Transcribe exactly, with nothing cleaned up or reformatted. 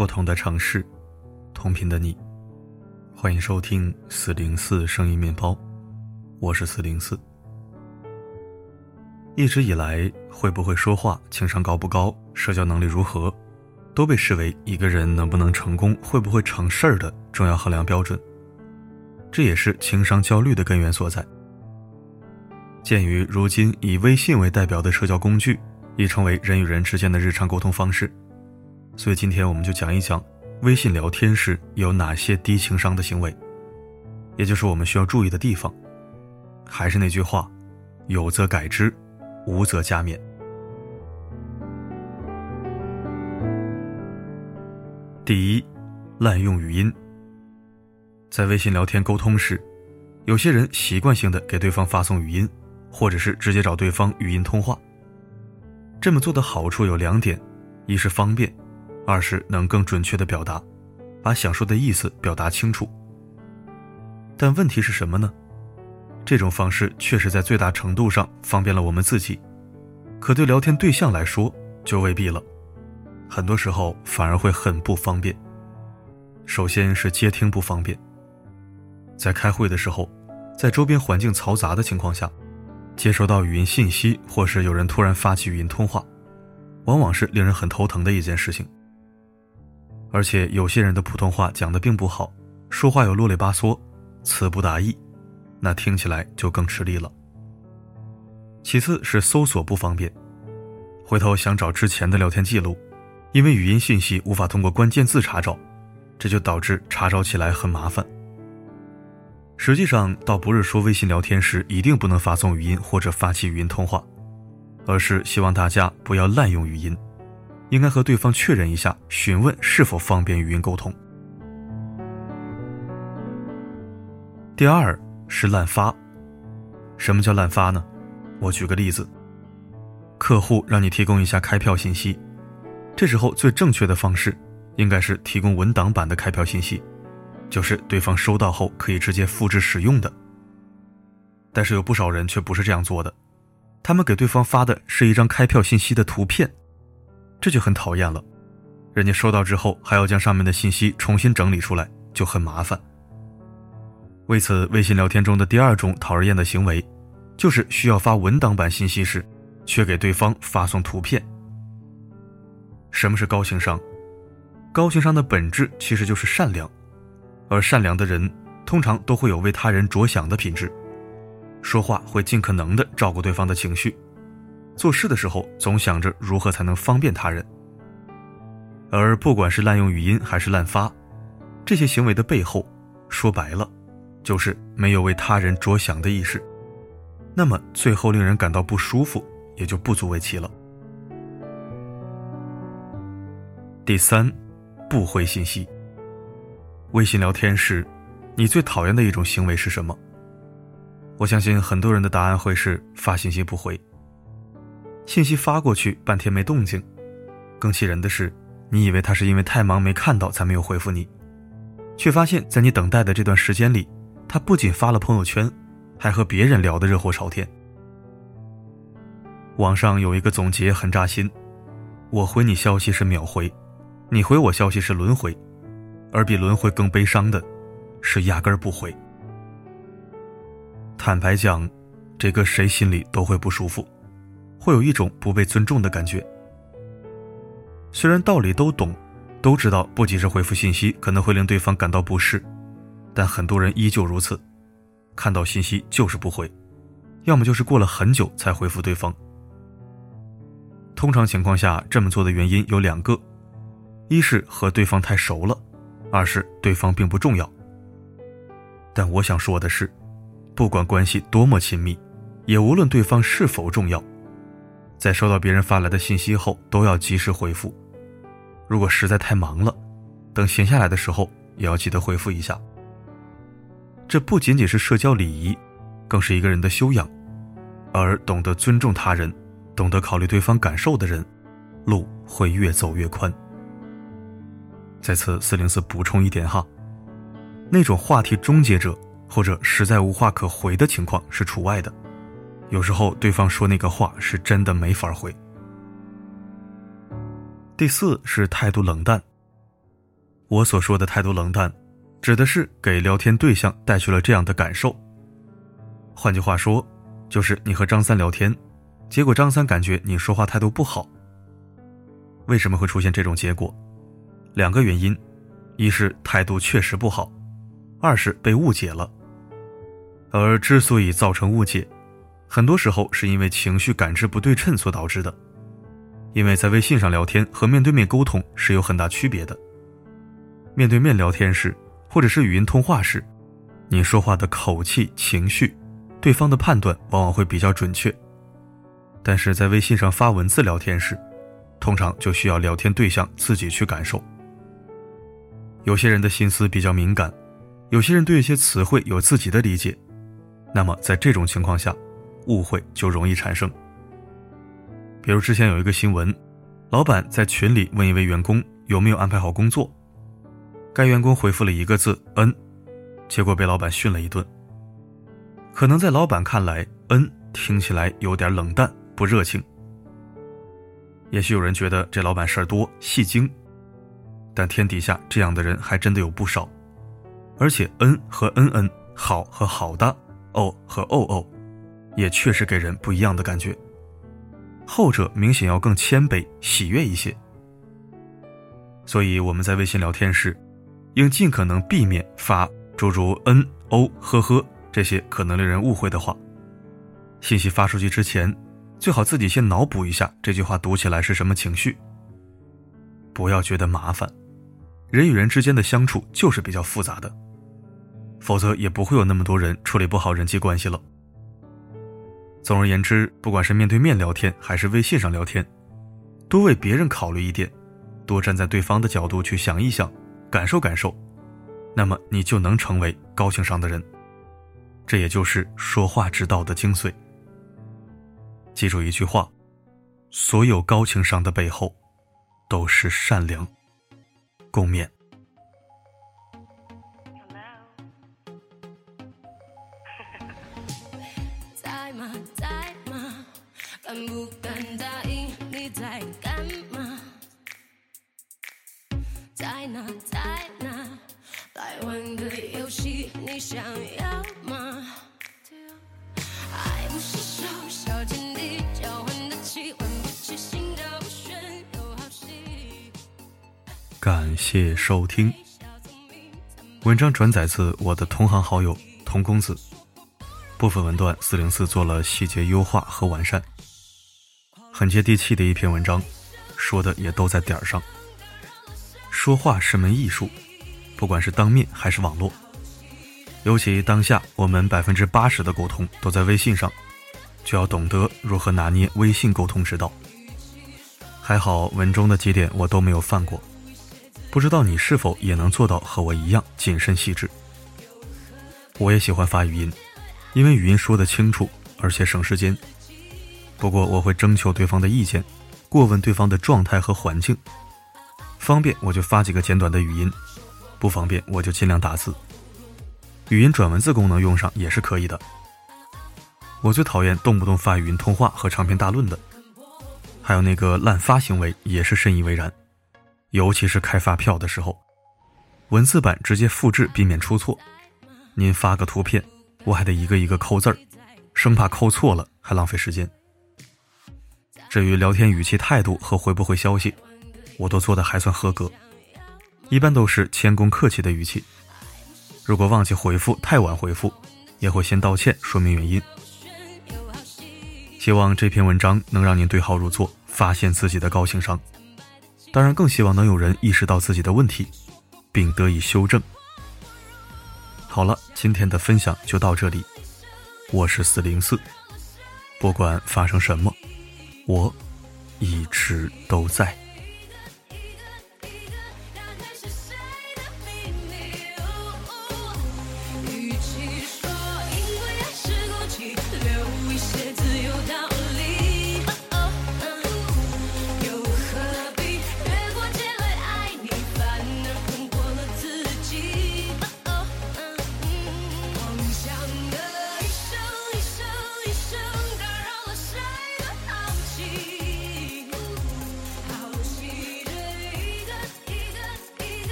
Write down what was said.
不同的城市，同频的你，欢迎收听四零四声音面包，我是四零四。一直以来，会不会说话、情商高不高、社交能力如何，都被视为一个人能不能成功、会不会成事儿的重要衡量标准。这也是情商焦虑的根源所在。鉴于如今以微信为代表的社交工具已成为人与人之间的日常沟通方式，所以今天我们就讲一讲微信聊天时有哪些低情商的行为，也就是我们需要注意的地方。还是那句话，有则改之，无则加勉。第一，滥用语音。在微信聊天沟通时，有些人习惯性的给对方发送语音，或者是直接找对方语音通话。这么做的好处有两点，一是方便，二是能更准确的表达，把想说的意思表达清楚。但问题是什么呢？这种方式确实在最大程度上方便了我们自己，可对聊天对象来说就未必了，很多时候反而会很不方便。首先是接听不方便，在开会的时候，在周边环境嘈杂的情况下，接收到语音信息或是有人突然发起语音通话，往往是令人很头疼的一件事情。而且有些人的普通话讲得并不好，说话又啰里吧嗦，词不达意，那听起来就更吃力了。其次是搜索不方便，回头想找之前的聊天记录，因为语音信息无法通过关键字查找，这就导致查找起来很麻烦。实际上倒不是说微信聊天时一定不能发送语音或者发起语音通话，而是希望大家不要滥用语音，应该和对方确认一下，询问是否方便语音沟通。第二是滥发。什么叫滥发呢？我举个例子，客户让你提供一下开票信息，这时候最正确的方式应该是提供文档版的开票信息，就是对方收到后可以直接复制使用的。但是有不少人却不是这样做的，他们给对方发的是一张开票信息的图片，这就很讨厌了。人家收到之后还要将上面的信息重新整理出来，就很麻烦。为此，微信聊天中的第二种讨人厌的行为，就是需要发文档版信息时，却给对方发送图片。什么是高情商？高情商的本质其实就是善良，而善良的人通常都会有为他人着想的品质，说话会尽可能的照顾对方的情绪，做事的时候总想着如何才能方便他人。而不管是滥用语音还是滥发，这些行为的背后，说白了就是没有为他人着想的意识，那么最后令人感到不舒服也就不足为奇了。第三，不回信息。微信聊天时，你最讨厌的一种行为是什么？我相信很多人的答案会是发信息不回。信息发过去半天没动静，更气人的是，你以为他是因为太忙没看到才没有回复你，却发现在你等待的这段时间里，他不仅发了朋友圈，还和别人聊得热火朝天。网上有一个总结很扎心，我回你消息是秒回，你回我消息是轮回，而比轮回更悲伤的是压根儿不回。坦白讲，这个谁心里都会不舒服，会有一种不被尊重的感觉。虽然道理都懂，都知道不及时回复信息可能会令对方感到不适，但很多人依旧如此，看到信息就是不回，要么就是过了很久才回复对方。通常情况下，这么做的原因有两个，一是和对方太熟了，二是对方并不重要。但我想说的是，不管关系多么亲密，也无论对方是否重要，在收到别人发来的信息后都要及时回复。如果实在太忙了，等闲下来的时候也要记得回复一下。这不仅仅是社交礼仪，更是一个人的修养，而懂得尊重他人，懂得考虑对方感受的人，路会越走越宽。在此四零四补充一点哈，那种话题终结者或者实在无话可回的情况是除外的，有时候对方说那个话是真的没法回。第四是态度冷淡。 我所说的态度冷淡，指的是给聊天对象带去了这样的感受。换句话说，就是你和张三聊天，结果张三感觉你说话态度不好。为什么会出现这种结果？两个原因，一是态度确实不好，二是被误解了。而之所以造成误解，很多时候是因为情绪感知不对称所导致的。因为在微信上聊天和面对面沟通是有很大区别的。面对面聊天时，或者是语音通话时，你说话的口气、情绪，对方的判断往往会比较准确。但是在微信上发文字聊天时，通常就需要聊天对象自己去感受。有些人的心思比较敏感，有些人对一些词汇有自己的理解，那么在这种情况下，误会就容易产生。比如之前有一个新闻，老板在群里问一位员工有没有安排好工作，该员工回复了一个字嗯，结果被老板训了一顿。可能在老板看来，嗯听起来有点冷淡不热情。也许有人觉得这老板事儿多戏精，但天底下这样的人还真的有不少。而且嗯和嗯嗯，好和好的，哦和哦哦，也确实给人不一样的感觉。后者明显要更谦卑喜悦一些。所以我们在微信聊天时，应尽可能避免发诸如嗯、哦、呵呵这些可能令人误会的话。信息发出去之前，最好自己先脑补一下这句话读起来是什么情绪。不要觉得麻烦，人与人之间的相处就是比较复杂的，否则也不会有那么多人处理不好人际关系了。总而言之，不管是面对面聊天还是微信上聊天，多为别人考虑一点，多站在对方的角度去想一想，感受感受，那么你就能成为高情商的人。这也就是说话之道的精髓。记住一句话，所有高情商的背后都是善良。共勉。 在吗在吗，敢不敢答应你在干嘛？在哪在哪，来玩个游戏，你想要吗？爱不释手，小天地交换的气，换不起心照不宣，有好戏。 感谢收听。文章转载自我的同行好友童公子，部分文段四零四做了细节优化和完善，很接地气的一篇文章，说的也都在点儿上。说话是门艺术，不管是当面还是网络，尤其当下我们百分之八十的沟通都在微信上，就要懂得如何拿捏微信沟通之道。还好文中的几点我都没有犯过，不知道你是否也能做到和我一样谨慎细致。我也喜欢发语音，因为语音说得清楚，而且省时间。不过我会征求对方的意见，过问对方的状态和环境，方便我就发几个简短的语音，不方便我就尽量打字。语音转文字功能用上也是可以的。我最讨厌动不动发语音通话和长篇大论的，还有那个滥发行为也是深以为然。尤其是开发票的时候，文字版直接复制避免出错，您发个图片我还得一个一个抠字儿，生怕抠错了还浪费时间。至于聊天语气态度和回不回消息，我都做得还算合格，一般都是谦恭客气的语气。如果忘记回复太晚回复，也会先道歉说明原因。希望这篇文章能让您对号入座，发现自己的高情商，当然更希望能有人意识到自己的问题并得以修正。好了，今天的分享就到这里，我是四零四，不管发生什么，我一直都在。